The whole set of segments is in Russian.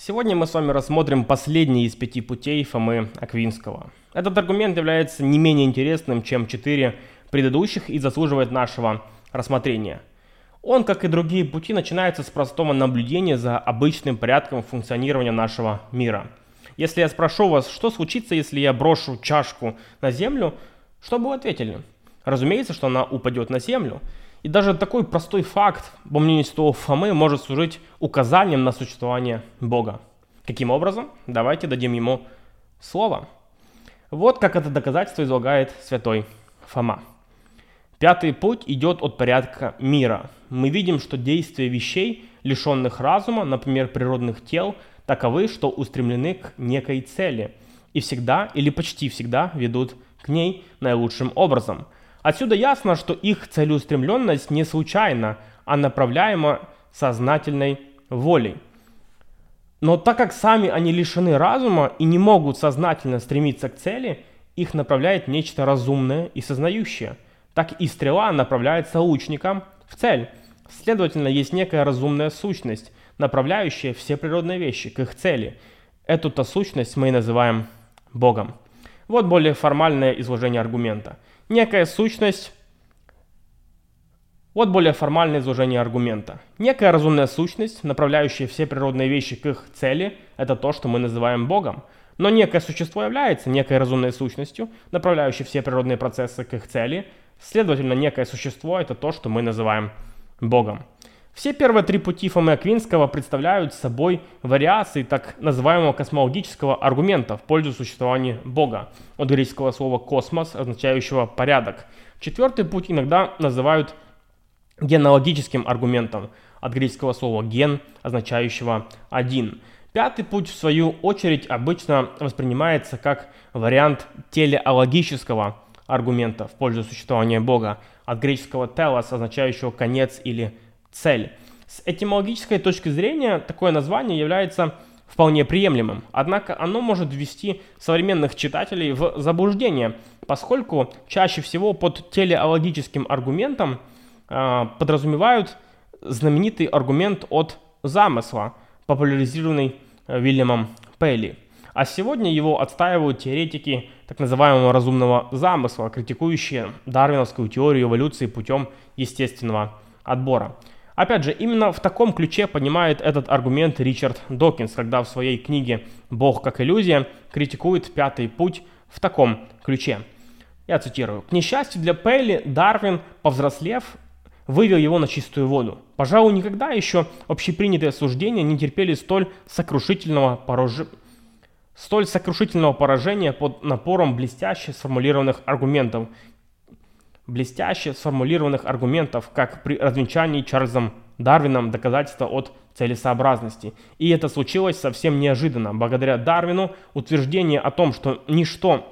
Сегодня мы с вами рассмотрим последний из 5 путей Фомы Аквинского. Этот аргумент является не менее интересным, чем 4 предыдущих и заслуживает нашего рассмотрения. Он, как и другие пути, начинается с простого наблюдения за обычным порядком функционирования нашего мира. Если я спрошу вас, что случится, если я брошу чашку на землю, что бы вы ответили? Разумеется, что она упадет на землю. И даже такой простой факт, по мнению святого Фомы, может служить указанием на существование Бога. Каким образом? Давайте дадим ему слово. Вот как это доказательство излагает святой Фома. 5-й путь идет от порядка мира. Мы видим, что действия вещей, лишенных разума, например, природных тел, таковы, что устремлены к некой цели и всегда или почти всегда ведут к ней наилучшим образом. Отсюда ясно, что их целеустремленность не случайна, а направляема сознательной волей. Но так как сами они лишены разума и не могут сознательно стремиться к цели, их направляет нечто разумное и сознающее. Так и стрела направляется лучником в цель. Следовательно, есть некая разумная сущность, направляющая все природные вещи к их цели. Эту-то сущность мы и называем Богом. Вот более формальное изложение аргумента. Некая сущность. Вот более формальное изложение аргумента. Некая разумная сущность, направляющая все природные вещи к их цели, это то, что мы называем Богом. Но некое существо является некой разумной сущностью, направляющей все природные процессы к их цели. Следовательно, некое существо – это то, что мы называем Богом. Все первые 3 пути Фомы Аквинского представляют собой вариации так называемого космологического аргумента в пользу существования Бога, от греческого слова «космос», означающего «порядок». 4-й путь иногда называют генеалогическим аргументом, от греческого слова «ген», означающего «один». 5-й путь, в свою очередь, обычно воспринимается как вариант телеологического аргумента в пользу существования Бога, от греческого «телос», означающего «конец» или цель. С этимологической точки зрения такое название является вполне приемлемым, однако оно может ввести современных читателей в заблуждение, поскольку чаще всего под телеологическим аргументом подразумевают знаменитый аргумент от замысла, популяризированный Вильямом Пейли. А сегодня его отстаивают теоретики так называемого разумного замысла, критикующие дарвиновскую теорию эволюции путем естественного отбора. Опять же, именно в таком ключе понимает этот аргумент Ричард Докинс, когда в своей книге «Бог как иллюзия» критикует 5-й путь в таком ключе. Я цитирую. «К несчастью для Пейли, Дарвин, повзрослев, вывел его на чистую воду. Пожалуй, никогда еще общепринятые суждения не терпели столь сокрушительного поражения под напором блестяще сформулированных аргументов, как при развенчании Чарльзом Дарвином доказательства от целесообразности. И это случилось совсем неожиданно. Благодаря Дарвину утверждение о том, что ничто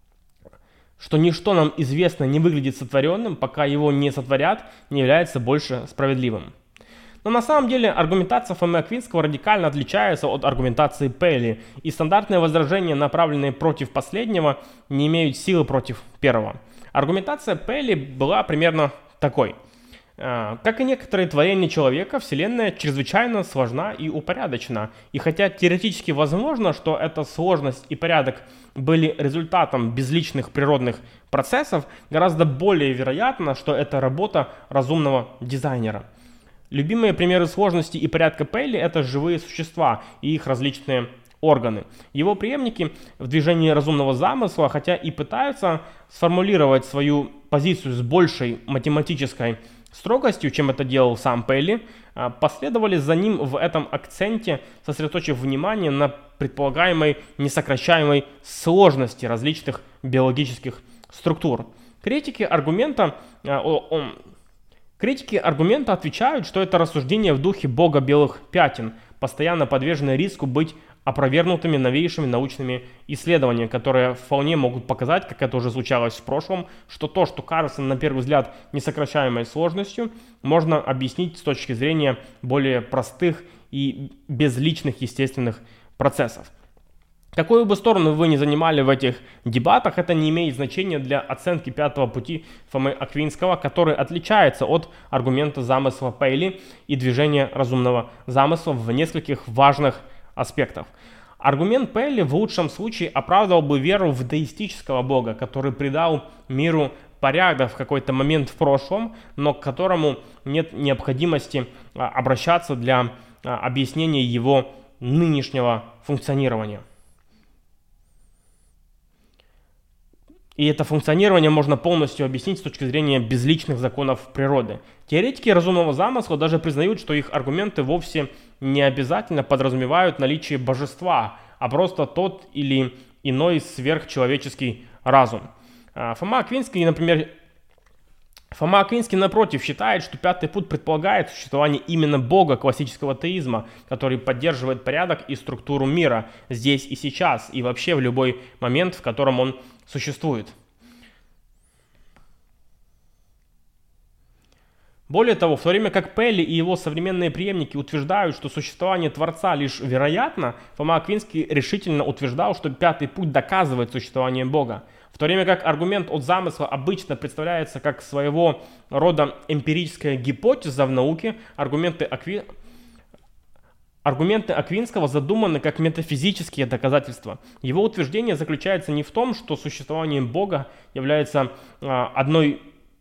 нам известно не выглядит сотворенным, пока его не сотворят, не является больше справедливым. Но на самом деле аргументация Фомы Аквинского радикально отличается от аргументации Пейли, и стандартные возражения, направленные против последнего, не имеют силы против первого. Аргументация Пейли была примерно такой. Как и некоторые творения человека, Вселенная чрезвычайно сложна и упорядочена. И хотя теоретически возможно, что эта сложность и порядок были результатом безличных природных процессов, гораздо более вероятно, что это работа разумного дизайнера. Любимые примеры сложности и порядка Пейли – это живые существа и их различные органы. Его преемники в движении разумного замысла, хотя и пытаются сформулировать свою позицию с большей математической строгостью, чем это делал сам Пейли, последовали за ним в этом акценте, сосредоточив внимание на предполагаемой несокращаемой сложности различных биологических структур. Критики аргумента отвечают, что это рассуждение в духе бога белых пятен, постоянно подвержены риску быть опровергнутыми новейшими научными исследованиями, которые вполне могут показать, как это уже случалось в прошлом, что то, что кажется на первый взгляд несокращаемой сложностью, можно объяснить с точки зрения более простых и безличных естественных процессов. Какую бы сторону вы ни занимали в этих дебатах, это не имеет значения для оценки 5-го пути Фомы Аквинского, который отличается от аргумента замысла Пейли и движения разумного замысла в нескольких важных аспектов. Аргумент Пелли в лучшем случае оправдывал бы веру в деистического Бога, который придал миру порядок в какой-то момент в прошлом, но к которому нет необходимости обращаться для объяснения его нынешнего функционирования. И это функционирование можно полностью объяснить с точки зрения безличных законов природы. Теоретики разумного замысла даже признают, что их аргументы вовсе не обязательно подразумевают наличие божества, а просто тот или иной сверхчеловеческий разум. Фома Аквинский, напротив, считает, что пятый путь предполагает существование именно Бога классического теизма, который поддерживает порядок и структуру мира здесь и сейчас, и вообще в любой момент, в котором он существует. Более того, в то время как Пелли и его современные преемники утверждают, что существование Творца лишь вероятно, Фома Аквинский решительно утверждал, что пятый путь доказывает существование Бога. В то время как аргумент от замысла обычно представляется как своего рода эмпирическая гипотеза в науке, аргументы Аквинского задуманы как метафизические доказательства. Его утверждение заключается не в том, что существование Бога является одним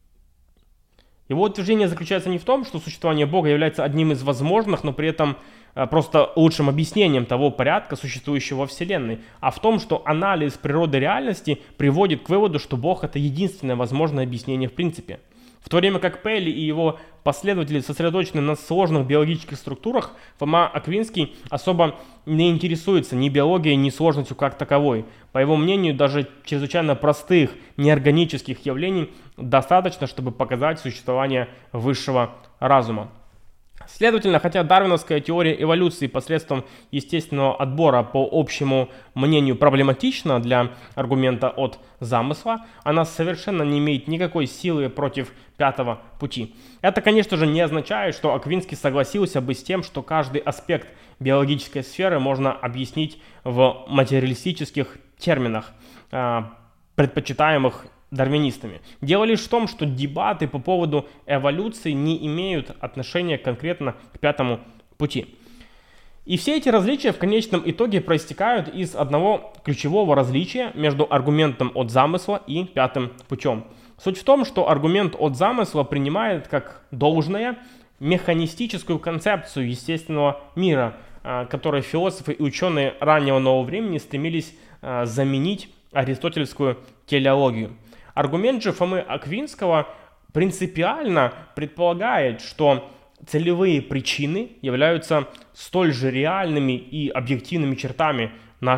из возможных, но при этом просто лучшим объяснением того порядка, существующего во Вселенной, а в том, что анализ природы реальности приводит к выводу, что Бог — это единственное возможное объяснение в принципе. В то время как Пелли и его последователи сосредоточены на сложных биологических структурах, Фома Аквинский особо не интересуется ни биологией, ни сложностью как таковой. По его мнению, даже чрезвычайно простых неорганических явлений достаточно, чтобы показать существование высшего разума. Следовательно, хотя дарвиновская теория эволюции посредством естественного отбора по общему мнению проблематична для аргумента от замысла, она совершенно не имеет никакой силы против пятого пути. Это, конечно же, не означает, что Аквинский согласился бы с тем, что каждый аспект биологической сферы можно объяснить в материалистических терминах, предпочитаемых дарвинистами. Дело лишь в том, что дебаты по поводу эволюции не имеют отношения конкретно к пятому пути. И все эти различия в конечном итоге проистекают из одного ключевого различия между аргументом от замысла и пятым путем. Суть в том, что аргумент от замысла принимает как должное механистическую концепцию естественного мира, которой философы и ученые раннего нового времени стремились заменить аристотельскую телеологию. Аргумент же Фомы Аквинского принципиально предполагает, что целевые причины являются столь же реальными и объективными чертами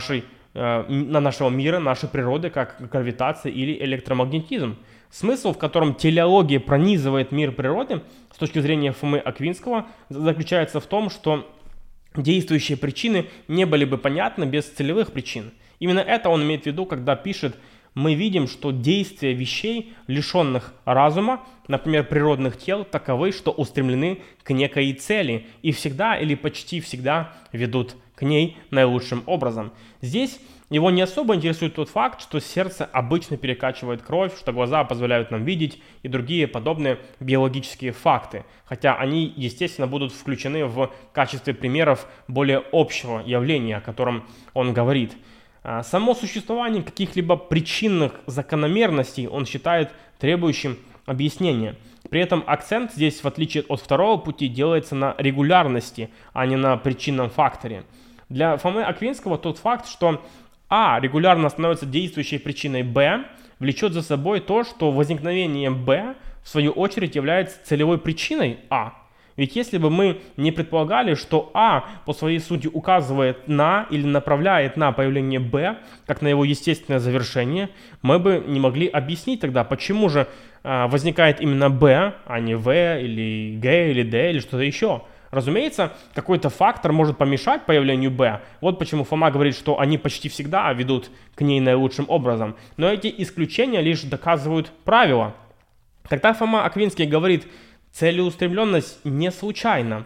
нашего мира, нашей природы, как гравитация или электромагнетизм. Смысл, в котором телеология пронизывает мир природы, с точки зрения Фомы Аквинского, заключается в том, что действующие причины не были бы понятны без целевых причин. Именно это он имеет в виду, когда пишет: мы видим, что действия вещей, лишенных разума, например, природных тел, таковы, что устремлены к некой цели и всегда или почти всегда ведут к ней наилучшим образом. Здесь его не особо интересует тот факт, что сердце обычно перекачивает кровь, что глаза позволяют нам видеть и другие подобные биологические факты, хотя они, естественно, будут включены в качестве примеров более общего явления, о котором он говорит. Само существование каких-либо причинных закономерностей он считает требующим объяснения. При этом акцент здесь, в отличие от второго пути, делается на регулярности, а не на причинном факторе. Для Фомы Аквинского тот факт, что А регулярно становится действующей причиной Б, влечет за собой то, что возникновение Б, в свою очередь, является целевой причиной А. Ведь если бы мы не предполагали, что А по своей сути указывает на или направляет на появление Б, как на его естественное завершение, мы бы не могли объяснить тогда, почему же возникает именно Б, а не В, или Г, или Д, или что-то еще. Разумеется, какой-то фактор может помешать появлению Б. Вот почему Фома говорит, что они почти всегда ведут к ней наилучшим образом. Но эти исключения лишь доказывают правило. Когда Фома Аквинский говорит: целеустремленность не случайна.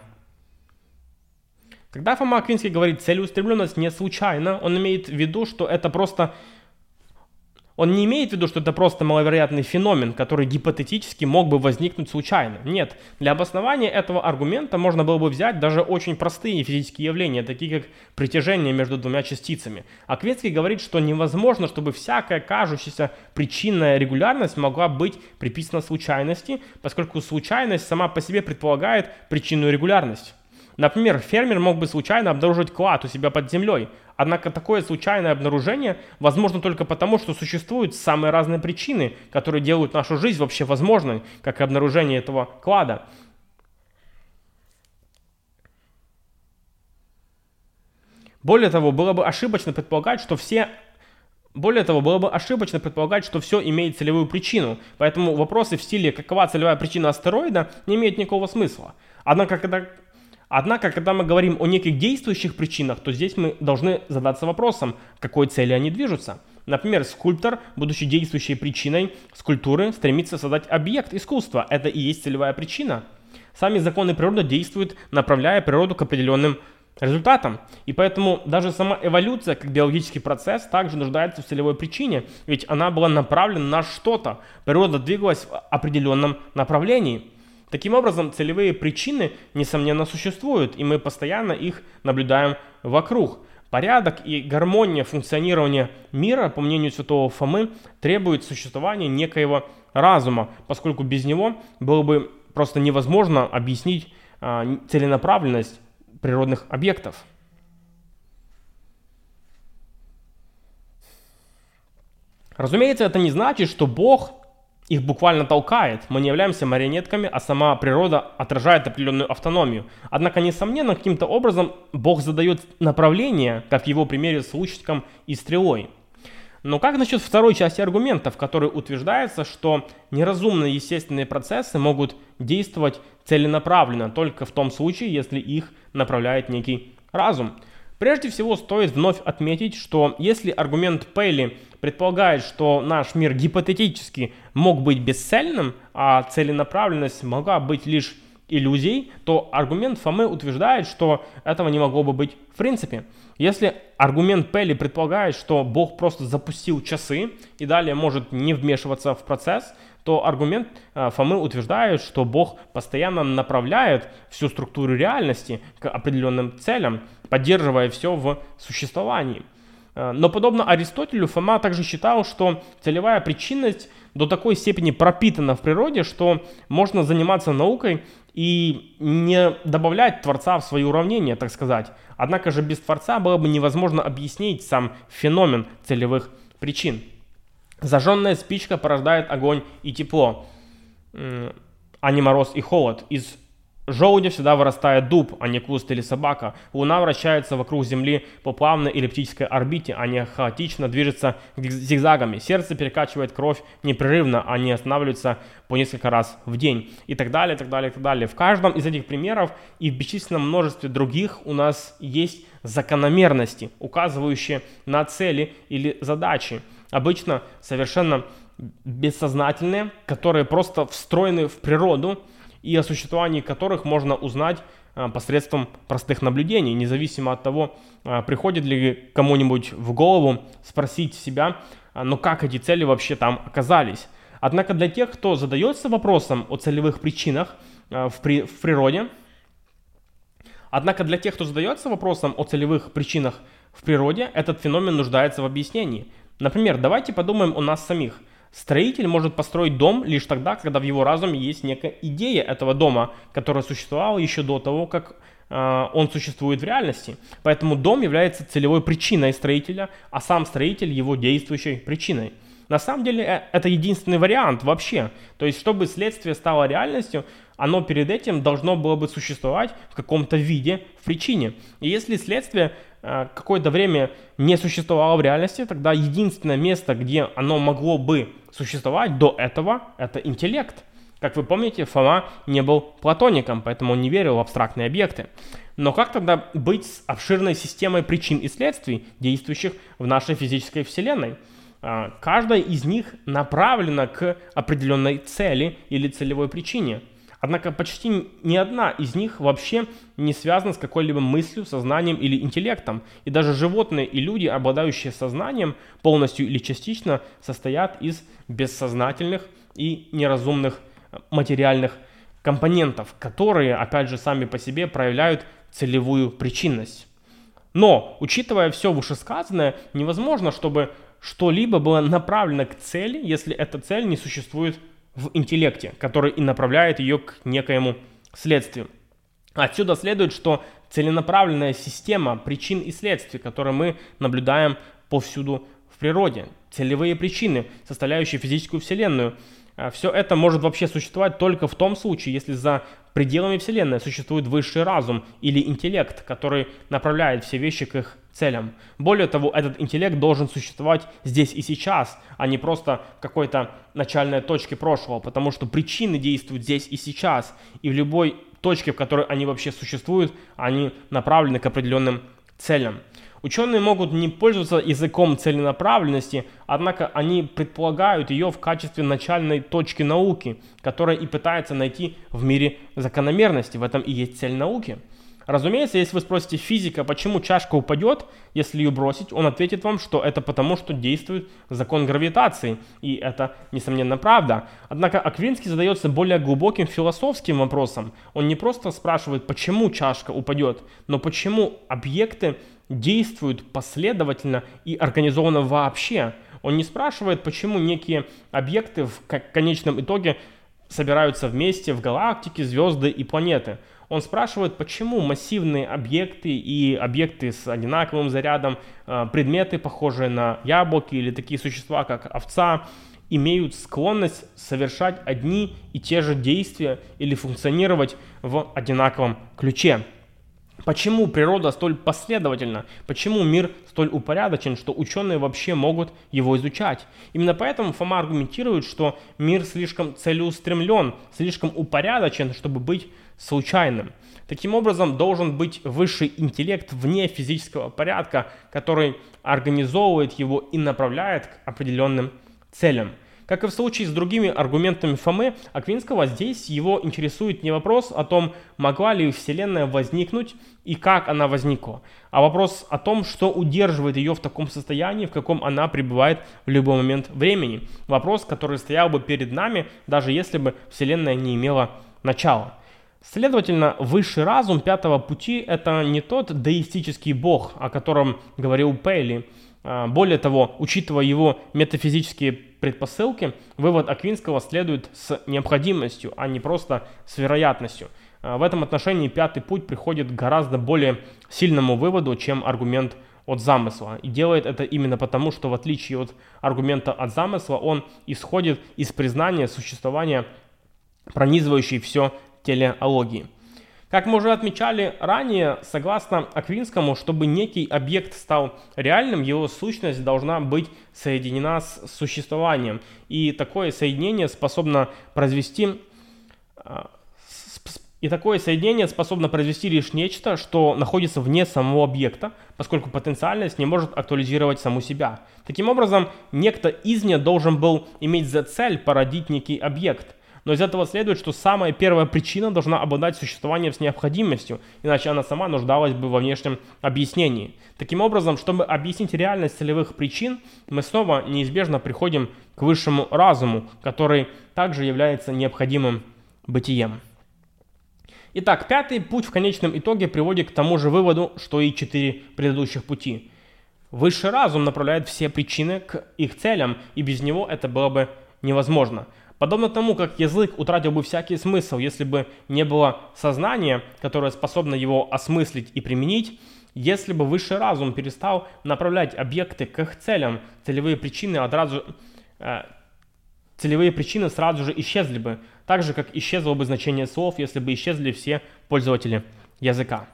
Когда Фома Аквинский говорит «целеустремленность не случайна», он имеет в виду, что это просто Он не имеет в виду, что это просто маловероятный феномен, который гипотетически мог бы возникнуть случайно. Нет, для обоснования этого аргумента можно было бы взять даже очень простые физические явления, такие как притяжение между двумя частицами. Аквинский говорит, что невозможно, чтобы всякая кажущаяся причинная регулярность могла быть приписана случайности, поскольку случайность сама по себе предполагает причинную регулярность. Например, фермер мог бы случайно обнаружить клад у себя под землей, однако такое случайное обнаружение возможно только потому, что существуют самые разные причины, которые делают нашу жизнь вообще возможной, как и обнаружение этого клада. Более того, было бы ошибочно предполагать, что все имеет целевую причину, поэтому вопросы в стиле «какова целевая причина астероида» не имеют никакого смысла. Однако, когда мы говорим о неких действующих причинах, то здесь мы должны задаться вопросом, к какой цели они движутся. Например, скульптор, будучи действующей причиной скульптуры, стремится создать объект искусства. Это и есть целевая причина. Сами законы природы действуют, направляя природу к определенным результатам. И поэтому даже сама эволюция, как биологический процесс, также нуждается в целевой причине, ведь она была направлена на что-то. Природа двигалась в определенном направлении. Таким образом, целевые причины, несомненно, существуют, и мы постоянно их наблюдаем вокруг. Порядок и гармония функционирования мира, по мнению святого Фомы, требует существования некоего разума, поскольку без него было бы просто невозможно объяснить целенаправленность природных объектов. Разумеется, это не значит, что Бог их буквально толкает. Мы не являемся марионетками, а сама природа отражает определенную автономию. Однако, несомненно, каким-то образом Бог задает направление, как в его примере с лучником и стрелой. Но как насчет второй части аргумента, в которой утверждается, что неразумные естественные процессы могут действовать целенаправленно только в том случае, если их направляет некий разум? Прежде всего, стоит вновь отметить, что если аргумент Пейли предполагает, что наш мир гипотетически мог быть бесцельным, а целенаправленность могла быть лишь иллюзией, то аргумент Фомы утверждает, что этого не могло бы быть в принципе. Если аргумент Пейли предполагает, что Бог просто запустил часы и далее может не вмешиваться в процесс, то аргумент Фомы утверждает, что Бог постоянно направляет всю структуру реальности к определенным целям, поддерживая все в существовании. Но подобно Аристотелю, Фома также считал, что целевая причинность до такой степени пропитана в природе, что можно заниматься наукой и не добавлять Творца в свои уравнения, так сказать. Однако же без Творца было бы невозможно объяснить сам феномен целевых причин. Зажженная спичка порождает огонь и тепло, а не мороз и холод. Из желудя всегда вырастает дуб, а не куст или собака. Луна вращается вокруг Земли по плавной эллиптической орбите, а не хаотично движется зигзагами. Сердце перекачивает кровь непрерывно, а не останавливается по несколько раз в день. И так далее, и так далее, и так далее. В каждом из этих примеров и в бесчисленном множестве других у нас есть закономерности, указывающие на цели или задачи. Обычно совершенно бессознательные, которые просто встроены в природу, и о существовании которых можно узнать посредством простых наблюдений, независимо от того, приходит ли кому-нибудь в голову спросить себя, но как эти цели вообще там оказались. Однако для тех, кто задается вопросом о целевых причинах в природе, этот феномен нуждается в объяснении. Например, давайте подумаем о нас самих. Строитель может построить дом лишь тогда, когда в его разуме есть некая идея этого дома, которая существовала еще до того, как он существует в реальности. Поэтому дом является целевой причиной строителя, а сам строитель его действующей причиной. На самом деле это единственный вариант вообще. То есть, чтобы следствие стало реальностью, оно перед этим должно было бы существовать в каком-то виде в причине. И если следствие какое-то время не существовало в реальности, тогда единственное место, где оно могло бы существовать до этого, это интеллект. Как вы помните, Фома не был платоником, поэтому он не верил в абстрактные объекты. Но как тогда быть с обширной системой причин и следствий, действующих в нашей физической вселенной? Каждая из них направлена к определенной цели или целевой причине. Однако почти ни одна из них вообще не связана с какой-либо мыслью, сознанием или интеллектом. И даже животные и люди, обладающие сознанием, полностью или частично состоят из бессознательных и неразумных материальных компонентов, которые, опять же, сами по себе проявляют целевую причинность. Но, учитывая все вышесказанное, невозможно, чтобы что-либо было направлено к цели, если эта цель не существует в интеллекте, который и направляет ее к некоему следствию. Отсюда следует, что целенаправленная система причин и следствий, которые мы наблюдаем повсюду в природе, целевые причины, составляющие физическую Вселенную, все это может вообще существовать только в том случае, если за пределами Вселенной существует высший разум или интеллект, который направляет все вещи к их целям. Более того, этот интеллект должен существовать здесь и сейчас, а не просто в какой-то начальной точке прошлого, потому что причины действуют здесь и сейчас, и в любой точке, в которой они вообще существуют, они направлены к определенным целям. Ученые могут не пользоваться языком целенаправленности, однако они предполагают ее в качестве начальной точки науки, которая и пытается найти в мире закономерности. В этом и есть цель науки. Разумеется, если вы спросите физика, почему чашка упадет, если ее бросить, он ответит вам, что это потому, что действует закон гравитации, и это, несомненно, правда. Однако Аквинский задается более глубоким философским вопросом. Он не просто спрашивает, почему чашка упадет, но почему объекты действуют последовательно и организованно вообще. Он не спрашивает, почему некие объекты в конечном итоге собираются вместе в галактике, звезды и планеты. Он спрашивает, почему массивные объекты и объекты с одинаковым зарядом, предметы, похожие на яблоки или такие существа, как овца, имеют склонность совершать одни и те же действия или функционировать в одинаковом ключе. Почему природа столь последовательна? Почему мир столь упорядочен, что ученые вообще могут его изучать? Именно поэтому Фома аргументирует, что мир слишком целеустремлен, слишком упорядочен, чтобы быть случайным. Таким образом, должен быть высший интеллект вне физического порядка, который организовывает его и направляет к определенным целям. Как и в случае с другими аргументами Фомы, Аквинского здесь его интересует не вопрос о том, могла ли Вселенная возникнуть и как она возникла, а вопрос о том, что удерживает ее в таком состоянии, в каком она пребывает в любой момент времени. Вопрос, который стоял бы перед нами, даже если бы Вселенная не имела начала. Следовательно, высший разум пятого пути – это не тот деистический бог, о котором говорил Пейли. Более того, учитывая его метафизические предпосылки, вывод Аквинского следует с необходимостью, а не просто с вероятностью. В этом отношении пятый путь приходит к гораздо более сильному выводу, чем аргумент от замысла. И делает это именно потому, что в отличие от аргумента от замысла, он исходит из признания существования пронизывающей все телеологии. Как мы уже отмечали ранее, согласно Аквинскому, чтобы некий объект стал реальным, его сущность должна быть соединена с существованием. И такое соединение способно произвести лишь нечто, что находится вне самого объекта, поскольку потенциальность не может актуализировать саму себя. Таким образом, некто извне должен был иметь за цель породить некий объект. Но из этого следует, что самая первая причина должна обладать существованием с необходимостью, иначе она сама нуждалась бы во внешнем объяснении. Таким образом, чтобы объяснить реальность целевых причин, мы снова неизбежно приходим к высшему разуму, который также является необходимым бытием. Итак, пятый путь в конечном итоге приводит к тому же выводу, что и 4 предыдущих пути. Высший разум направляет все причины к их целям, и без него это было бы невозможно. Подобно тому, как язык утратил бы всякий смысл, если бы не было сознания, которое способно его осмыслить и применить, если бы высший разум перестал направлять объекты к их целям, целевые причины сразу же исчезли бы, так же, как исчезло бы значение слов, если бы исчезли все пользователи языка.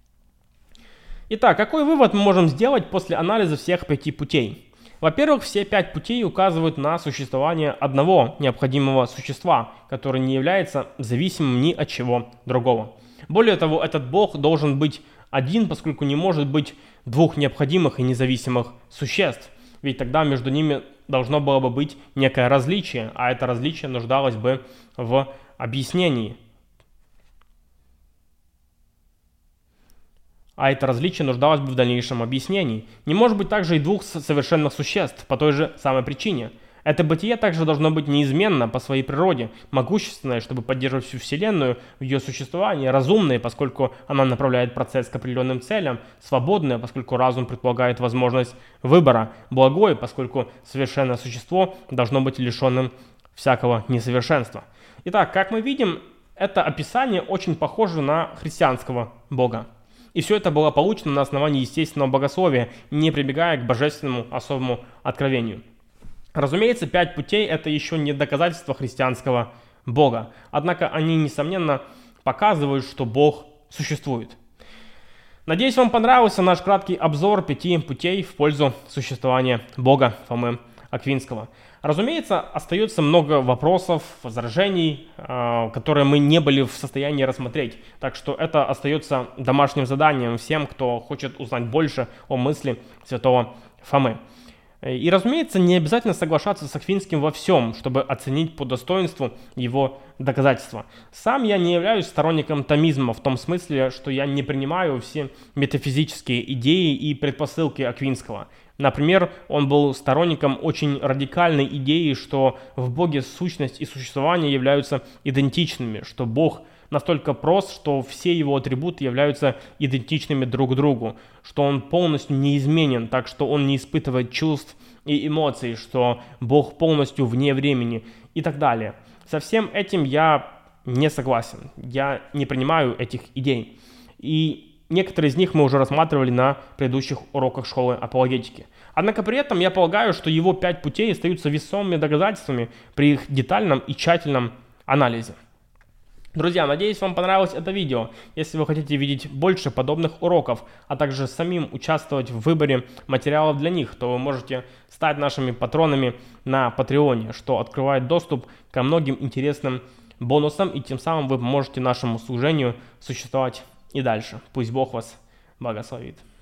Итак, какой вывод мы можем сделать после анализа всех 5 путей? Во-первых, все 5 путей указывают на существование одного необходимого существа, который не является зависимым ни от чего другого. Более того, этот Бог должен быть один, поскольку не может быть двух необходимых и независимых существ, ведь тогда между ними должно было бы быть некое различие, а это различие нуждалось бы в объяснении. а это различие нуждалось бы в дальнейшем объяснении. Не может быть также и двух совершенных существ по той же самой причине. Это бытие также должно быть неизменно по своей природе, могущественное, чтобы поддерживать всю Вселенную в ее существовании, разумное, поскольку она направляет процесс к определенным целям, свободное, поскольку разум предполагает возможность выбора, благое, поскольку совершенное существо должно быть лишенным всякого несовершенства. Итак, как мы видим, это описание очень похоже на христианского Бога. И все это было получено на основании естественного богословия, не прибегая к божественному особому откровению. Разумеется, 5 путей – это еще не доказательство христианского Бога. Однако они, несомненно, показывают, что Бог существует. Надеюсь, вам понравился наш краткий обзор 5 путей в пользу существования Бога Фомы Аквинского. Разумеется, остается много вопросов, возражений, которые мы не были в состоянии рассмотреть. Так что это остается домашним заданием всем, кто хочет узнать больше о мысли святого Фомы. И, разумеется, не обязательно соглашаться с Аквинским во всем, чтобы оценить по достоинству его доказательства. Сам я не являюсь сторонником томизма в том смысле, что я не принимаю все метафизические идеи и предпосылки Аквинского. Например, он был сторонником очень радикальной идеи, что в Боге сущность и существование являются идентичными, что Бог настолько прост, что все его атрибуты являются идентичными друг другу, что он полностью неизменен, так что он не испытывает чувств и эмоций, что Бог полностью вне времени и так далее. Со всем этим я не согласен, я не принимаю этих идей. И некоторые из них мы уже рассматривали на предыдущих уроках школы апологетики. Однако при этом я полагаю, что его 5 путей остаются весомыми доказательствами при их детальном и тщательном анализе. Друзья, надеюсь, вам понравилось это видео. Если вы хотите видеть больше подобных уроков, а также самим участвовать в выборе материалов для них, то вы можете стать нашими патронами на Патреоне, что открывает доступ ко многим интересным бонусам, и тем самым вы поможете нашему служению существовать и дальше. Пусть Бог вас благословит.